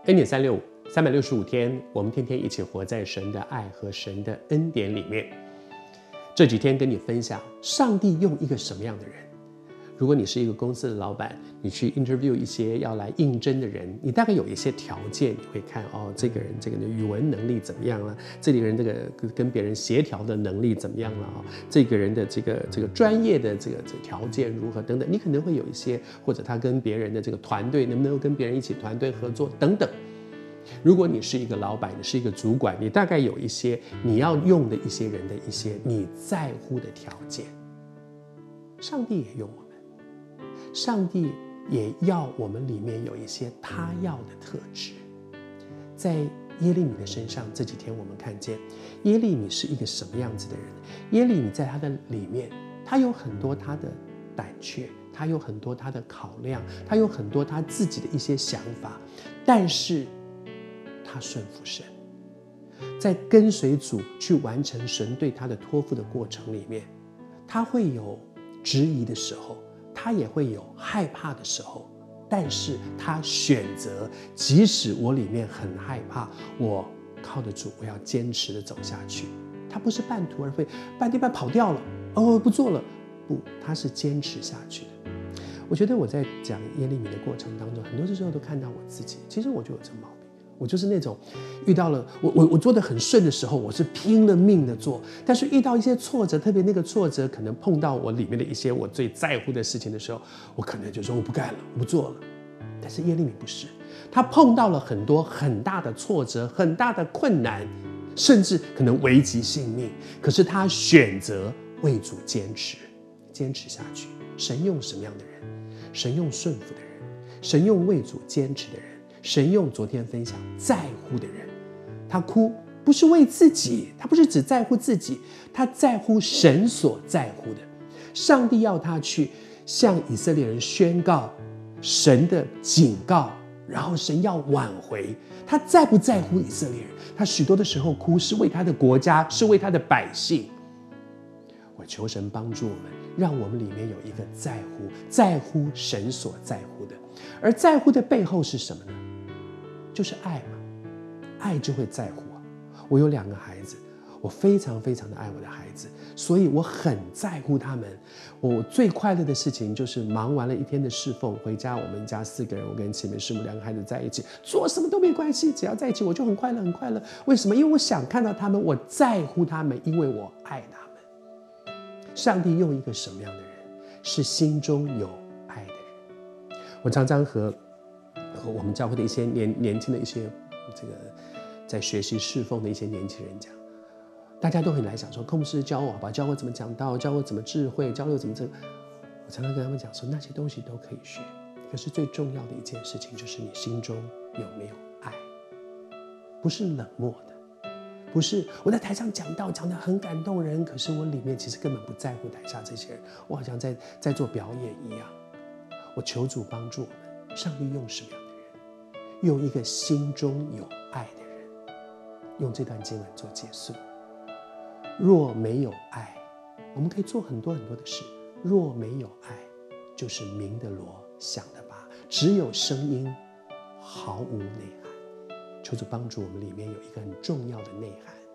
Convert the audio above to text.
恩典365 365天，我们天天一起活在神的爱和神的恩典里面。这几天跟你分享，上帝用一个什么样的人？如果你是一个公司的老板，你去 interview 一些要来应征的人，你大概有一些条件，你会看这个人的语文能力怎么样了？这里人这个跟别人协调的能力怎么样了？这个人的这个专业的这个条件如何等等，你可能会有一些，或者他跟别人的这个团队能不能跟别人一起团队合作等等。如果你是一个老板，你是一个主管，你大概有一些你要用的一些人的一些你在乎的条件。上帝也用我们，上帝也要我们里面有一些他要的特质。在耶利米的身上，这几天我们看见耶利米是一个什么样子的人。耶利米在他的里面，他有很多他的胆怯，他有很多他的考量，他有很多他自己的一些想法，但是他顺服神，在跟随主去完成神对他的托付的过程里面，他会有质疑的时候，他也会有害怕的时候，但是他选择，即使我里面很害怕，我靠得住，我要坚持的走下去。他不是半途而废，半途跑掉了，不做了，不，他是坚持下去的。我觉得我在讲耶利米的过程当中，很多时候都看到我自己，其实我就有这个毛病。我就是那种遇到了我做得很顺的时候，我是拼了命的做，但是遇到一些挫折，特别那个挫折可能碰到我里面的一些我最在乎的事情的时候，我可能就说我不干了，我不做了。但是耶利米不是，他碰到了很多很大的挫折，很大的困难，甚至可能危及性命，可是他选择为主坚持下去。神用什么样的人？神用顺服的人，神用为主坚持的人，神用昨天分享在乎的人。他哭不是为自己，他不是只在乎自己，他在乎神所在乎的。上帝要他去向以色列人宣告神的警告，然后神要挽回。他在不在乎以色列人？他许多的时候哭是为他的国家，是为他的百姓。我求神帮助我们，让我们里面有一个在乎神所在乎的。而在乎的背后是什么呢？就是爱嘛，爱就会在乎啊。我有2个孩子，我非常非常的爱我的孩子，所以我很在乎他们。我最快乐的事情就是忙完了一天的侍奉，回家我们家4个人，我跟启明师母2个孩子在一起，做什么都没关系，只要在一起我就很快乐很快乐。为什么？因为我想看到他们，我在乎他们，因为我爱他们。上帝用一个什么样的人？是心中有爱的人。我常常和我们教会的一些年轻的一些在学习侍奉的一些年轻人讲，大家都很来想说，牧师教我好吧，教我怎么讲道，教我怎么智慧，教我怎么我常常跟他们讲说，那些东西都可以学，可是最重要的一件事情就是你心中有没有爱。不是冷漠的，不是我在台上讲道讲得很感动人，可是我里面其实根本不在乎台下这些人，我好像在做表演一样。我求主帮助我们，上帝用什么样的人？用一个心中有爱的人。用这段经文做结束。若没有爱，我们可以做很多很多的事，若没有爱，就是鸣的锣，响的钹，只有声音，毫无内涵。求主帮助我们里面有一个很重要的内涵，